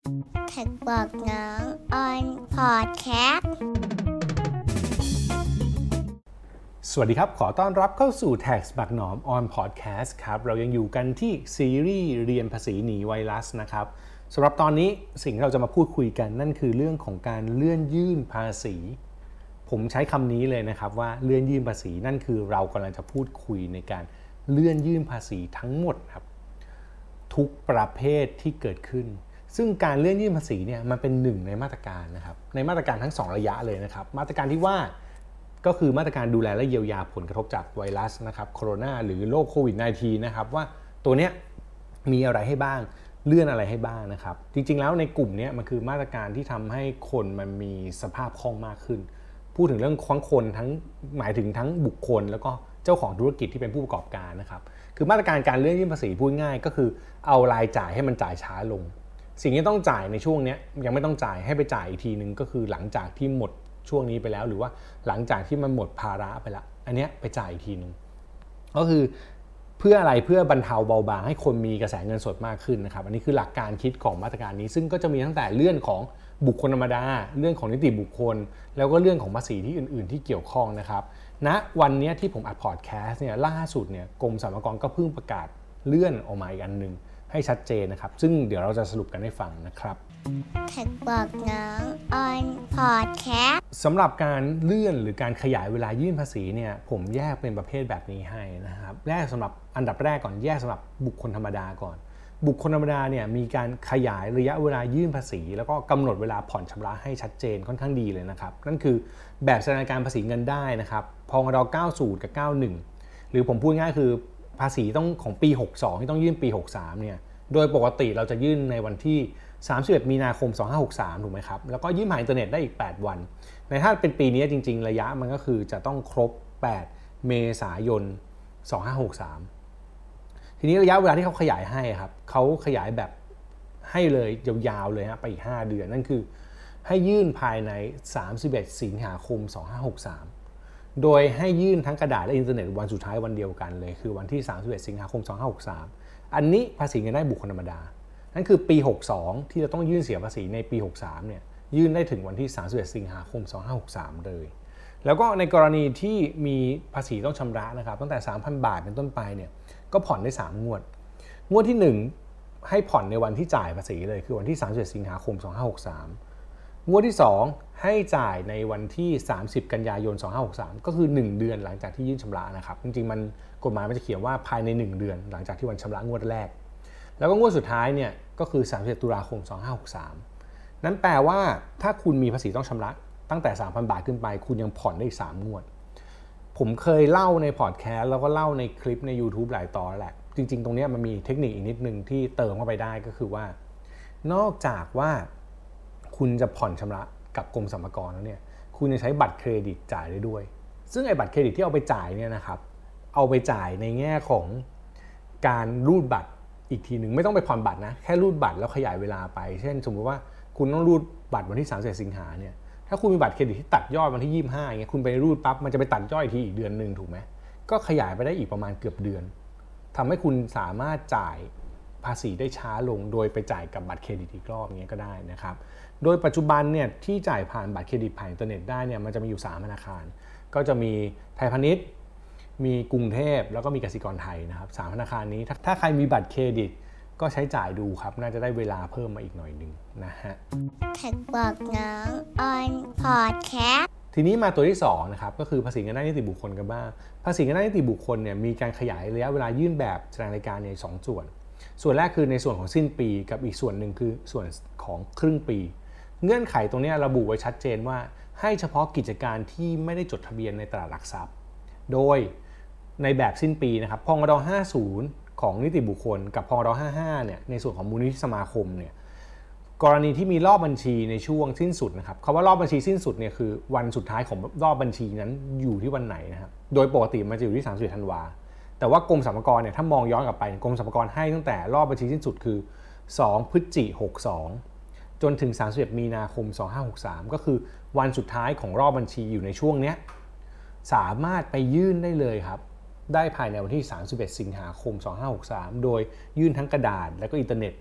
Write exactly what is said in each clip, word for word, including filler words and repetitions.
แท็กบอกน้องออนพอดแคสต์สวัสดีครับขอต้อนรับเข้าสู่ Tax บักหนอม on podcast ครับเรายังอยู่กันที่ซีรีส์เรียนภาษีหนีไวรัสนะครับสำหรับตอนนี้สิ่งที่เราจะมาพูดคุยกันนั่นคือเรื่องของการเลื่อนยื่นภาษีผมใช้คำนี้เลยนะครับว่าเลื่อนยื่นภาษีนั่นคือเรากำลังจะพูดคุยในการเลื่อนยื่นภาษีทั้งหมดครับทุกประเภทที่เกิดขึ้นซึ่งการเลื่อนยื่นภาษีเนี่ยมันเป็นหนึ่งในมาตรการนะครับในมาตรการทั้งสองระยะเลยนะครับมาตรการที่ว่าก็คือมาตรการดูแลและเยียวยาผลกระทบจากไวรัสนะครับโคโรนาหรือโรคโควิด สิบเก้า นะครับว่าตัวเนี้ยมีอะไรให้บ้างเลื่อนอะไรให้บ้างนะครับจริงๆแล้วในกลุ่มนี้มันคือมาตรการที่ทำให้คนมันมีสภาพคล่องมากขึ้นพูดถึงเรื่องของคนทั้งหมายถึงทั้งบุคคลแล้วก็เจ้าของธุรกิจที่เป็นผู้ประกอบการนะครับคือมาตรการการเลื่อนยื่นภาษีพูดง่ายก็คือเอารายจ่ายให้มันจ่ายช้าลงสิ่งที่ต้องจ่ายในช่วงนี้ยังไม่ต้องจ่ายให้ไปจ่ายอีกทีนึงก็คือหลังจากที่หมดช่วงนี้ไปแล้วหรือว่าหลังจากที่มันหมดภาระไปแล้วอันนี้ไปจ่ายอีกทีนึงก็คือเพื่ออะไรเพื่อบรรเทาเบาบางให้คนมีกระแสเงินสดมากขึ้นนะครับอันนี้คือหลักการคิดของมาตรการนี้ซึ่งก็จะมีตั้งแต่เรื่องของบุคคลธรรมดาเรื่องของนิติบุคคลแล้วก็เรื่องของภาษีที่อื่นๆที่เกี่ยวข้องนะครับณวันนี้ที่ผมอัดพอดแคสต์เนี่ยล่าสุดเนี่ยกรมสรรพากรก็เพิ่งประกาศเลื่อนออกมาอีกอันนึงให้ชัดเจนนะครับซึ่งเดี๋ยวเราจะสรุปกันให้ฟังนะครับแท็กบอกน้องออนพอดแคสต์สำหรับการเลื่อนหรือการขยายเวลายื่นภาษีเนี่ยผมแยกเป็นประเภทแบบนี้ให้นะครับแรกสำหรับอันดับแรกก่อนแยกสำหรับบุคคลธรรมดาก่อนบุคคลธรรมดาเนี่ยมีการขยายระยะเวลายื่นภาษีแล้วก็กำหนดเวลาผ่อนชำระให้ชัดเจนค่อนข้างดีเลยนะครับนั่นคือแบบแสดงการภาษีเงินได้นะครับพงดเก้าสิบกับเก้าสิบเอ็ดหรือผมพูดง่ายคือภาษีต้องของปีหกสิบสองที่ต้องยื่นปีหกสิบสามเนี่ยโดยปกติเราจะยื่นในวันที่สามสิบเอ็ดมีนาคมสองพันห้าร้อยหกสิบสามถูกไหมครับแล้วก็ยื่นผ่านอินเทอร์เน็ตได้อีกแปดวันในถ้าเป็นปีนี้จริงๆระยะมันก็คือจะต้องครบแปดเมษายนสองพันห้าร้อยหกสิบสามทีนี้ระยะเวลาที่เขาขยายให้ครับเขาขยายแบบให้เลยยาวๆเลยฮะไปอีกห้าเดือนนั่นคือให้ยื่นภายในสามสิบเอ็ดสิงหาคมสองพันห้าร้อยหกสิบสามโดยให้ยื่นทั้งกระดาษและอินเทอร์เน็ตวันสุดท้ายวันเดียวกันเลยคือวันที่สามสิบเอ็ดสิงหาคมสองพันห้าร้อยหกสิบสามอันนี้ภาษีเงินได้บุคคลธรรมดานั่นคือปีหกสิบสองที่จะต้องยื่นเสียภาษีในปีหกสิบสามเนี่ยยื่นได้ถึงวันที่สามสิบเอ็ดสิงหาคมสองพันห้าร้อยหกสิบสามเลยแล้วก็ในกรณีที่มีภาษีต้องชำระนะครับตั้งแต่ สามพัน บาทเป็นต้นไปเนี่ยก็ผ่อนได้สามงวดงวดที่หนึ่งให้ผ่อนในวันที่จ่ายภาษีเลยคือวันที่สามสิบเอ็ดสิงหาคมสองพันห้าร้อยหกสิบสามงวดที่สองให้จ่ายในวันที่สามสิบกันยายนสองพันห้าร้อยหกสิบสามก็คือหนึ่งเดือนหลังจากที่ยื่นชำระนะครับจริงๆมันกฎหมายมันจะเขียนว่าภายในหนึ่งเดือนหลังจากที่วันชำระงวดแรกแล้วก็งวดสุดท้ายเนี่ยก็คือสามสิบเอ็ดตุลาคมสองพันห้าร้อยหกสิบสามนั้นแปลว่าถ้าคุณมีภาษีต้องชำระตั้งแต่ สามพัน บาทขึ้นไปคุณยังผ่อนได้อีกสามงวดผมเคยเล่าในพอดแคสต์แล้วก็เล่าในคลิปใน YouTube หลายตอนแหละจริงๆตรงนี้มันมีเทคนิคอีกนิดนึงที่เติมเข้าไปได้ก็คือว่านอกจากว่าคุณจะผ่อนชำระกับกรมสรรพากรแล้วเนี่ยคุณจะใช้บัตรเครดิตจ่ายได้ด้วยซึ่งไอ้บัตรเครดิตที่เอาไปจ่ายเนี่ยนะครับเอาไปจ่ายในแง่ของการรูดบัตรอีกทีหนึ่งไม่ต้องไปผ่อนบัตรนะแค่รูดบัตรแล้วขยายเวลาไปเช่นสมมุติว่าคุณต้องรูดบัตรวันที่สามสิบเอ็ดสิงหาเนี่ยถ้าคุณมีบัตรเครดิตที่ตัดยอดวันที่ยี่สิบห้าอย่างเงี้ยคุณไปรูดปั๊บมันจะไปตัดยอดอีกทีอีกเดือนนึงถูกไหมก็ขยายไปได้อีกประมาณเกือบเดือนทำให้คุณสามารถจ่ายภาษีได้ช้าลงโดยไปจ่ายกับบัตรเครดิตอีกรอบอย่างเงี้ยก็ได้นะครับโดยปัจจุบันเนี่ยที่จ่ายผ่านบัตรเครดิตผ่านอินเทอร์เน็ตได้เนี่ยมันจะมีอยู่สามธนาคารก็จะมีไทยพาณิชย์มีกรุงเทพแล้วก็มีกสิกรไทยนะครับสามธนาคารนี้ถ้าถ้าใครมีบัตรเครดิตก็ใช้จ่ายดูครับน่าจะได้เวลาเพิ่มมาอีกหน่อยนึงนะฮะแท็กบอกน้องออนพอดแคสต์ทีนี้มาตัวที่สองนะครับก็คือภาษีเงินได้นิติบุคคลกันบ้างภาษีเงินได้นิติบุคคลเนี่ยมีการขยายระยะเวลายื่นแบบแสดงรายการในสองส่วนส่วนแรกคือในส่วนของสิ้นปีกับอีกส่วนหนึ่งคือส่วนของครึ่งปีเงื่อนไขตรงนี้ระบุไว้ชัดเจนว่าให้เฉพาะกิจการที่ไม่ได้จดทะเบียนในตลาดหลักทรัพย์โดยในแบบสิ้นปีนะครับพงดห้าสิบของนิติบุคคลกับพงดห้าสิบห้าเนี่ยในส่วนของมูลนิธิสมาคมเนี่ยกรณีที่มีรอบบัญชีในช่วงสิ้นสุดนะครับคำว่ารอบบัญชีสิ้นสุดเนี่ยคือวันสุดท้ายของรอบบัญชีนั้นอยู่ที่วันไหนนะครับโดยปกติมันจะอยู่ที่สามสิบเอ็ดธันวาแต่ว่ากรมสรรพากรเนี่ยถ้ามองย้อนกลับไปกรมสรรพากรให้ตั้งแต่รอบบัญชีสิ้นสุดคือสองพฤศจิกายนหกสิบสองจนถึงสามสิบเอ็ดมีนาคมสองพันห้าร้อยหกสิบสามก็คือวันสุดท้ายของรอบบัญชีอยู่ในช่วงเนี้ยสามารถไปยื่นได้เลยครับได้ภายในวันที่สามสิบเอ็ดสิงหาคมสองพันห้าร้อยหกสิบสามโดยยื่นทั้งกระดาษและก็อินเทอร์เน็ต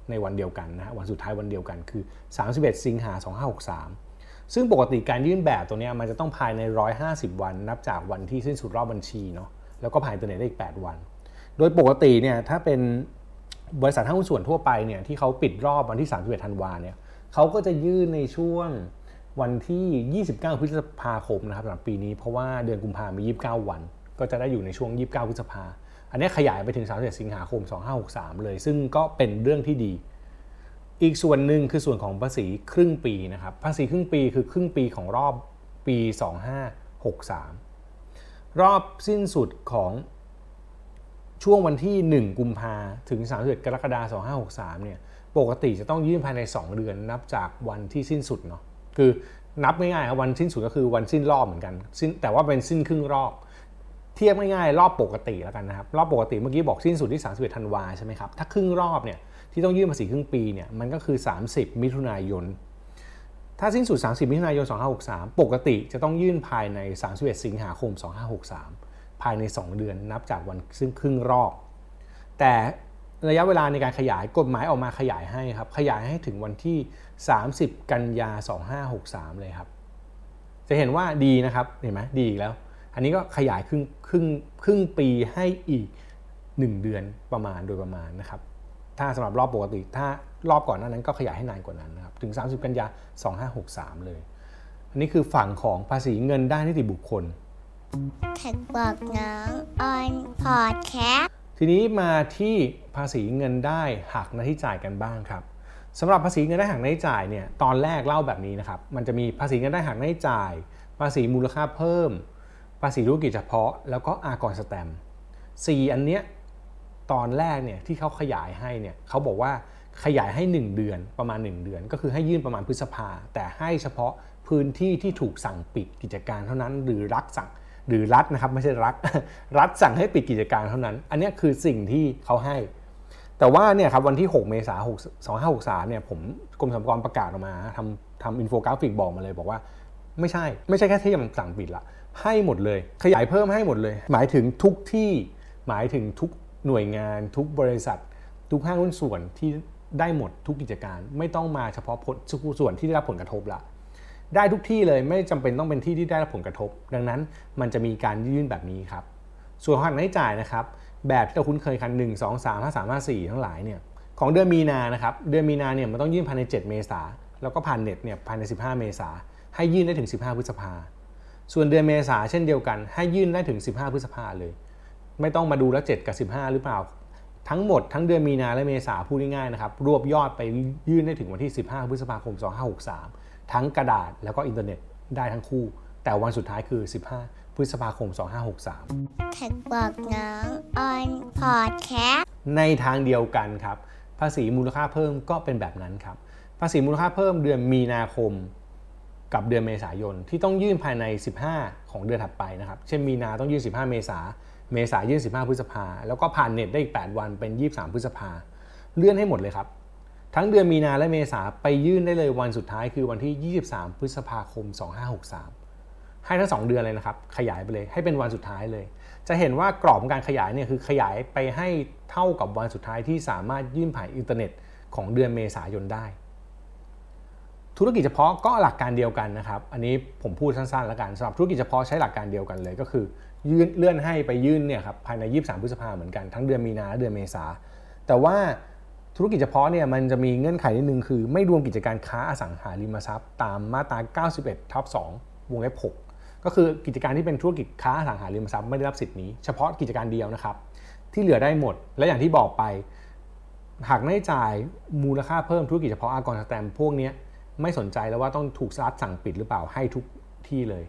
ในวันเดียวกันนะฮะวันสุดท้ายวันเดียวกันคือสามสิบเอ็ดสิงหาคมสองพันห้าร้อยหกสิบสามซึ่งปกติการยื่นแบบตัวนี้มันจะต้องภายในหนึ่งร้อยห้าสิบวันนับจากวันที่สิ้นสุดรอบบัญชีเนาะแล้วก็ผ่านอินเทอร์เน็ตได้อีกแปดวันโดยปกติเนี่ยถ้าเป็นบริษัทห้างหุ้นส่วนทั่วไปเนี่ยที่เขาปิดรอบวันที่สามสิบเอ็ดธันวาเนี่ยเขาก็จะยื่นในช่วงวันที่ยี่สิบเก้าพฤษภาคมนะครับสำหรับปีนี้เพราะว่าเดือนกุมภาพันธ์มียี่สิบเก้าวันก็จะได้อยู่ในช่วงยี่สิบเก้าพฤษภาอันนี้ขยายไปถึงสามสิบเอ็ดสิงหาคมสองพันห้าร้อยหกสิบสามเลยซึ่งก็เป็นเรื่องที่ดีอีกส่วนหนึ่งคือส่วนของภาษีครึ่งปีนะครับภาษีครึ่งปีคือครึ่งปีของรอบปีสองพันห้าร้อยหกสิบสามรอบสิ้นสุดของช่วงวันที่หนึ่งกุมภาพันธ์ถึงสามสิบเอ็ดกรกฎาคมสองพันห้าร้อยหกสิบสามเนี่ยปกติจะต้องยื่นภายในสองเดือนนับจากวันที่สิ้นสุดเนาะคือนับง่ายๆครับวันสิ้นสุดก็คือวันสิ้นรอบเหมือนกันแต่ว่าเป็นสิ้นครึ่งรอบเทียบง่ายๆรอบปกติแล้วกันนะครับรอบปกติเมื่อกี้บอกสิ้นสุดที่สามสิบเอ็ดธันวาใช่ไหมครับถ้าครึ่งรอบเนี่ยที่ต้องยื่นภาษีครึ่งปีเนี่ยมันก็คือสามสิบมิถุนายนถ้าสิ้นสุดสามสิบมิถุนายนสองพันห้าร้อยหกสิบสามปกติจะต้องยื่นภายในสามสิบเอ็ดสิงหาคมสองพันห้าร้อยหกสิบสามภายในสองเดือนนับจากวันซึ่งครึ่งรอบแต่ระยะเวลาในการขยายกฎหมายออกมาขยายให้ครับขยายให้ถึงวันที่สามสิบกันยายนสองพันห้าร้อยหกสิบสามเลยครับจะเห็นว่าดีนะครับเห็นไหมดีอีกแล้วอันนี้ก็ขยายครึ่งครึ่งครึ่งปีให้อีกหนึ่งเดือนประมาณโดยประมาณนะครับถ้าสำหรับรอบปกติถ้ารอบก่อนหน้านั้นก็ขยายให้นานกว่านั้นนะครับถึงสามสิบกันยายนสองพันห้าร้อยหกสิบสามเลยอันนี้คือฝั่งของภาษีเงินได้นิติบุคคลแท็กบอกน้องออนพอดแคสต์ทีนี้มาที่ภาษีเงินได้หักหน้าที่จ่ายกันบ้างครับสำหรับภาษีเงินได้หักหน้าที่จ่ายเนี่ยตอนแรกเล่าแบบนี้นะครับมันจะมีภาษีเงินได้หักหน้าที่จ่ายภาษีมูลค่าเพิ่มภาษีธุรกิจเฉพาะแล้วก็อากรสแตมป์สี่อันเนี้ยตอนแรกเนี่ยที่เขาขยายให้เนี่ยเขาบอกว่าขยายให้หนึ่งเดือนประมาณหนึ่งเดือนก็คือให้ยื่นประมาณพฤษภาแต่ให้เฉพาะพื้นที่ที่ถูกสั่งปิดกิจการเท่านั้นหรือรัฐสั่งหรือรัฐนะครับไม่ใช่รัฐ รัฐสั่งให้ปิดกิจการเท่านั้นอันนี้คือสิ่งที่เขาให้แต่ว่าเนี่ยครับวันที่หกเมษายนสองพันห้าร้อยหกสิบสามเนี่ยผมกรมสรรพากรประกาศออกมาทำทำอินโฟกราฟิกบอกมาเลยบอกว่าไม่ใช่ไม่ใช่แค่ที่ยังสั่งปิดละให้หมดเลยขยายเพิ่มให้หมดเลยหมายถึงทุกที่หมายถึงทุกหน่วยงานทุกบริษัททุกห้างหุ้นส่วนที่ได้หมดทุกกิจการไม่ต้องมาเฉพาะส่วนที่ได้รับผลกระทบละได้ทุกที่เลยไม่จำเป็นต้องเป็นที่ที่ได้รับผลกระทบดังนั้นมันจะมีการยื่นแบบนี้ครับส่วนหักหน้าที่จ่ายนะครับแบบที่เราคุ้นเคยกันหนึ่ง สอง สาม ห้า สาม ห้า สี่ทั้งหลายเนี่ยของเดือนมีนานะครับเดือนมีนาเนี่ยมันต้องยื่นภายในเจ็ดเมษายนแล้วก็ผ่านเน็ตเนี่ยภายในสิบห้าเมษายนให้ยื่นได้ถึงสิบห้าพฤษภาส่วนเดือนเมษาเช่นเดียวกันให้ยื่นได้ถึงสิบห้าพฤษภาเลยไม่ต้องมาดูแล้วเจ็ดกับสิบห้าหรือเปล่าทั้งหมดทั้งเดือนมีนาและเมษาพูดง่ายๆนะครับรวบยอดไปยื่นได้ถึงวันที่สิบห้าพฤษภาคมสองพันห้าร้อยหกสิบสามทั้งกระดาษแล้วก็อินเทอร์เน็ตได้ทั้งคู่แต่วันสุดท้ายคือสิบห้าพฤษภาคมสองพันห้าร้อยหกสิบสามแท็กบอกน้องออนพอดแคสต์ในทางเดียวกันครับภาษีมูลค่าเพิ่มก็เป็นแบบนั้นครับภาษีมูลค่าเพิ่มเดือนมีนาคมกับเดือนเมษายนที่ต้องยื่นภายในสิบห้าของเดือนถัดไปนะครับเช่นมีนาต้องยื่นสิบห้าเมษาเมษายื่นสิบห้าพฤษภาแล้วก็ผ่านเน็ตได้อีกแปดวันเป็นยี่สิบสามพฤษภาเลื่อนให้หมดเลยครับทั้งเดือนมีนาและเมษาไปยื่นได้เลยวันสุดท้ายคือวันที่ยี่สิบสามพฤษภาคมสองพันห้าร้อยหกสิบสามให้ทั้งสองเดือนเลยนะครับขยายไปเลยให้เป็นวันสุดท้ายเลยจะเห็นว่ากรอบของการขยายเนี่ยคือขยายไปให้เท่ากับวันสุดท้ายที่สามารถยื่นผ่านอินเทอร์เน็ตของเดือนเมษายนได้ธุรกิจเฉพาะก็หลักการเดียวกันนะครับอันนี้ผมพูดสั้นๆแล้วกันสำหรับธุรกิจเฉพาะใช้หลักการเดียวกันเลยก็คือยื่นเลื่อนให้ไปยื่นเนี่ยครับภายในยี่สิบสามพฤษภาเหมือนกันทั้งเดือนมีนาและเดือนเมษาแต่ว่าธุรกิจเฉพาะเนี่ยมันจะมีเงื่อนไขนิดนึงคือไม่รวมกิจการค้าอสังหาริมทรัพย์ตามมาตราเก้าสิบเอ็ดทับสองวงเล็บหกก็คือกิจการที่เป็นธุรกิจค้าอสังหาริมทรัพย์ไม่ได้รับสิทธินี้เฉพาะกิจการเดียวนะครับที่เหลือได้หมดและอย่างที่บอกไปหากไม่จ่ายมูลค่าเพิ่มธุรกิจเฉพาะอากรสแตมป์พวกนี้ไม่สนใจแล้วว่าต้องถูกรัฐสั่งปิดหรือเปล่าให้ทุกที่เลย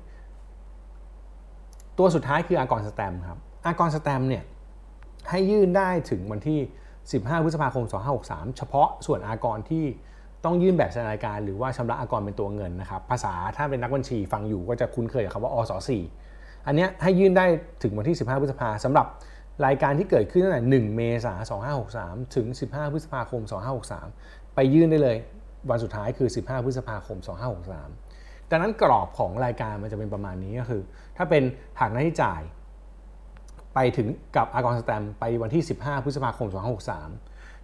ตัวสุดท้ายคืออากรสแตมป์ครับอากรสแตมป์เนี่ยให้ยื่นได้ถึงวันที่สิบห้าพฤษภาคมสองพันห้าร้อยหกสิบสามเฉพาะส่วนอากรที่ต้องยื่นแบบแสดงรายการหรือว่าชำระอากรเป็นตัวเงินนะครับภาษาถ้าเป็นนักบัญชีฟังอยู่ก็จะคุ้นเคยกับคำว่าอสสี่อันนี้ให้ยื่นได้ถึงวันที่สิบห้าพฤษภาสำหรับรายการที่เกิดขึ้นตั้งแต่หนึ่งเมษายนสองพันห้าร้อยหกสิบสามถึงสิบห้าพฤษภาคมสองพันห้าร้อยหกสิบสามไปยื่นได้เลยวันสุดท้ายคือสิบห้าพฤษภาคมสองพันห้าร้อยหกสิบสามดังนั้นกรอบของรายการมันจะเป็นประมาณนี้ก็คือถ้าเป็นหักหน้าที่จ่ายไปถึงกับอากรสแตมป์ไปวันที่สิบห้าพฤษภาคมสองพันห้าร้อยหกสิบสาม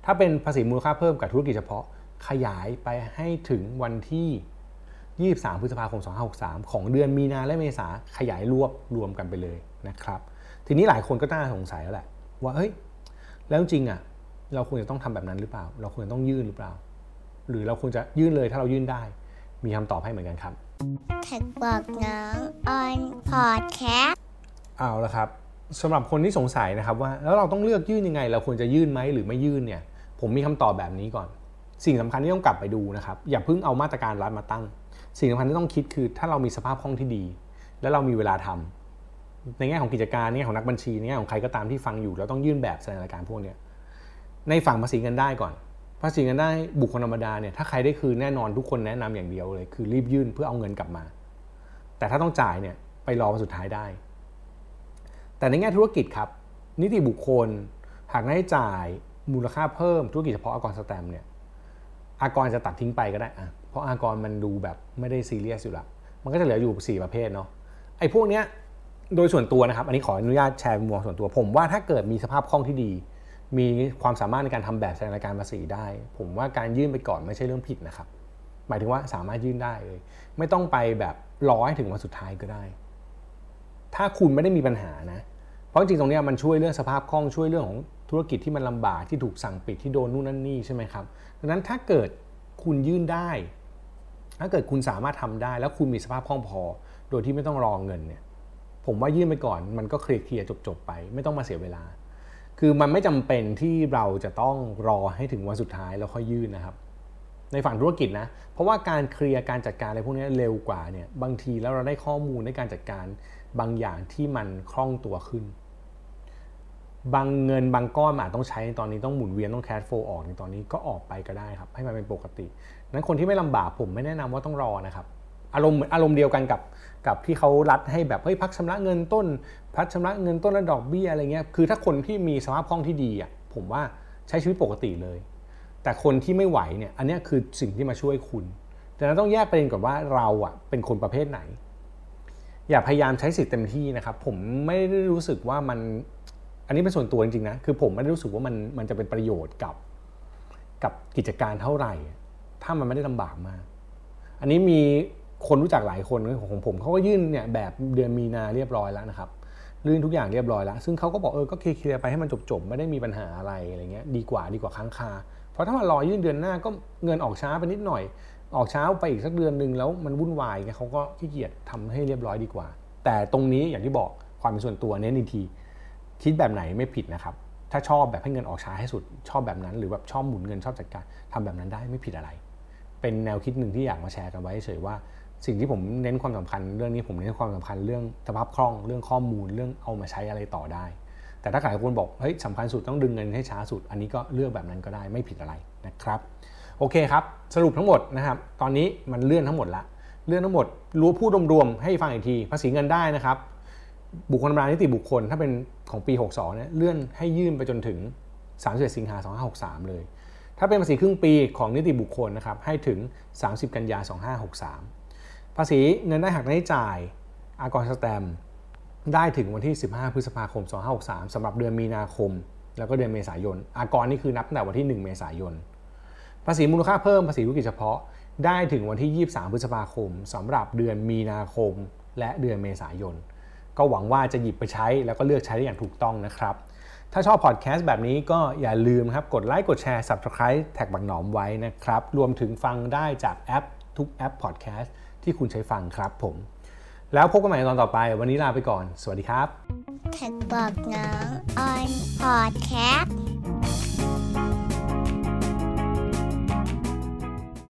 ถ้าเป็นภาษีมูลค่าเพิ่มกับธุรกิจเฉพาะขยายไปให้ถึงวันที่ยี่สิบสามพฤษภาคมสองพันห้าร้อยหกสิบสามของเดือนมีนาและเมษาขยายรวบรวมกันไปเลยนะครับทีนี้หลายคนก็น่าสงสัยแล้วแหละว่าเฮ้ยแล้วจริงอ่ะเราควรจะต้องทำแบบนั้นหรือเปล่าเราควรจะต้องยื่นหรือเปล่าหรือเราควรจะยื่นเลยถ้าเรายื่นได้มีคำตอบให้เหมือนกันครับแท็กบอกน้องออนพอดแคสต์เอาละครับสำหรับคนที่สงสัยนะครับว่าแล้วเราต้องเลือกยื่นยังไงเราควรจะยื่นไหมหรือไม่ยื่นเนี่ยผมมีคำตอบแบบนี้ก่อนสิ่งสำคัญที่ต้องกลับไปดูนะครับอย่าเพิ่งเอามาตรการรัฐมาตั้งสิ่งสำคัญที่ต้องคิดคือถ้าเรามีสภาพคล่องที่ดีและเรามีเวลาทำในแง่ของกิจการในแง่ของนักบัญชีในแง่ของใครก็ตามที่ฟังอยู่เราต้องยื่นแบบแสดงรายการพวกนี้ในฝั่งภาษีเงินได้ก่อนภาษีเงินได้บุคคลธรรมดาเนี่ยถ้าใครได้คืนแน่นอนทุกคนแนะนำอย่างเดียวเลยคือรีบยื่นเพื่อเอาเงินกลับมาแต่ถ้าต้องจ่ายเนี่ยไปรอวันสุดท้ายได้แต่ในแง่ธุรกิจครับนิติบุคคลหากได้จ่ายมูลค่าเพิ่มธุรกิจเฉพาะอากรสแตมป์เนี่ยอากรจะตัดทิ้งไปก็ได้อะเพราะอากรมันดูแบบไม่ได้ซีเรียสอยู่ละมันก็จะเหลืออยู่สี่ประเภทเนาะไอ้พวกเนี้ยโดยส่วนตัวนะครับอันนี้ขออนุญาตแชร์มุมมองส่วนตัวผมว่าถ้าเกิดมีสภาพคล่องที่ดีมีความสามารถในการทำแบบแสดงรายการภาษีได้ผมว่าการยื่นไปก่อนไม่ใช่เรื่องผิดนะครับหมายถึงว่าสามารถยื่นได้เลยไม่ต้องไปแบบรอให้ถึงวันสุดท้ายก็ได้ถ้าคุณไม่ได้มีปัญหานะเพราะจริงๆตรงนี้มันช่วยเรื่องสภาพคล่องช่วยเรื่องของธุรกิจที่มันลำบากที่ถูกสั่งปิดที่โดนนู่นนั่นนี่ใช่ไหมครับดังนั้นถ้าเกิดคุณยื่นได้ถ้าเกิดคุณสามารถทำได้แล้วคุณมีสภาพคล่องพอโดยที่ไม่ต้องรอเงินเนี่ยผมว่ายื่นไปก่อนมันก็เคลียร์จบๆไปไม่ต้องมาเสียเวลาคือมันไม่จำเป็นที่เราจะต้องรอให้ถึงวันสุดท้ายแล้วค่อยยื่นนะครับในฝั่งธุรกิจนะเพราะว่าการเคลียร์การจัดการอะไรพวกนี้เร็วกว่าเนี่ยบางทีแล้วเราได้ข้อมูลในการจัดการบางอย่างที่มันคล่องตัวขึ้นบางเงินบางก้อนอาจต้องใช้ตอนนี้ต้องหมุนเวียนต้องแคชโฟลว์ออกในตอนนี้ก็ออกไปก็ได้ครับให้มันเป็นปกตินั้นคนที่ไม่ลำบากผมไม่แนะนำว่าต้องรอนะครับอารมณ์อารมณ์เดียวกันกับกับที่เขารัดให้แบบเฮ้ยพักชำระเงินต้นพักชำระเงินต้นและดอกเบี้ยอะไรเงี้ยคือถ้าคนที่มีสภาพคล่องที่ดีอ่ะผมว่าใช้ชีวิตปกติเลยแต่คนที่ไม่ไหวเนี่ยอันนี้คือสิ่งที่มาช่วยคุณแต่เราต้องแยกประเด็นก่อนว่าเราอ่ะเป็นคนประเภทไหนอย่าพยายามใช้สิทธิ์เต็มที่นะครับผมไม่ได้รู้สึกว่ามันอันนี้เป็นส่วนตัวจริงๆนะคือผมไม่ได้รู้สึกว่ามันมันจะเป็นประโยชน์กับกับกิจการเท่าไหร่ถ้ามันไม่ได้ลำบากมากอันนี้มีคนรู้จักหลายคนของผมเขาก็ยื่นเนี่ยแบบเดือนมีนาเรียบร้อยแล้วนะครับยื่นทุกอย่างเรียบร้อยแล้วซึ่งเขาก็บอกเออก็เคลียร์ไปให้มันจบๆไม่ได้มีปัญหาอะไรอะไรเงี้ยดีกว่าดีกว่าค้างคาเพราะถ้ามารอยื่นเดือนหน้าก็เงินออกช้าไปนิดหน่อยออกช้าไปอีกสักเดือนนึงแล้วมันวุ่นวายเงี้ยเขาก็ขี้เกียจทำให้เรียบร้อยดีกว่าแต่ตรงนี้อย่างที่บอกความเป็นส่วนตัวเน้นอีกทีคิดแบบไหนไม่ผิดนะครับถ้าชอบแบบให้เงินออกช้าให้สุดชอบแบบนั้นหรือแบบชอบหมุนเงินชอบจัดการทำแบบนั้นได้ไม่ผิดอะไรเป็นแนวคิดหนึ่งที่อยากมาแชร์กันไว้เฉยว่าสิ่งที่ผมเน้นความสำคัญเรื่องนี้ผมเน้นความสำคัญเรื่องสภาพคล่องเรื่องข้อมูลเรื่องเอามาใช้อะไรต่อได้แต่ถ้าหลายคนบอกเฮ้ยสำคัญสุดต้องดึงเงินให้ช้าสุดอันนี้ก็เลือกแบบนั้นก็ได้ไม่ผิดอะไรนะครับโอเคครับสรุปทั้งหมดนะครับตอนนี้มันเลื่อนทั้งหมดละเลื่อนทั้งหมดรู้พูดรวมๆให้ฟังอีกทีภาษีเงินได้นะครับบุคคลธรรมดานิติบุคคลถ้าเป็นของปีหกสิบสองเนี่ยเลื่อนให้ยื่นไปจนถึงสามสิบเอ็ดสิงหาคมสองพันห้าร้อยหกสิบสามเลยถ้าเป็นภาษีครึ่งปีของนิติบุคคลนะครับให้ถึงสามสิบกันยายนสองพันห้าร้อยหกสิบสามภาษีเงินได้หักได้จ่ายอากรสแตมป์ได้ถึงวันที่สิบห้าพฤษภาคมสองพันห้าร้อยหกสิบสามสำหรับเดือนมีนาคมแล้วก็เดือนเมษายนอากรนี่คือนับตั้งแต่วันที่หนึ่งเมษายนภาษีมูลค่าเพิ่มภาษีธุรกิจเฉพาะได้ถึงวันที่ยี่สิบสามพฤษภาคมสำหรับเดือนมีนาคมและเดือนเมษายนก็หวังว่าจะหยิบไปใช้แล้วก็เลือกใช้ได้อย่างถูกต้องนะครับถ้าชอบพอดแคสต์แบบนี้ก็อย่าลืมครับกดไลค์กดแชร์ Subscribe แท็กบักหนอมไว้นะครับรวมถึงฟังได้จากแอปทุกแอปพอดแคสต์ที่คุณใช้ฟังครับผมแล้วพบกันใหม่ในตอนต่อไปวันนี้ลาไปก่อนสวัสดีครับแท็กบอกน้องออนพอดแคสต์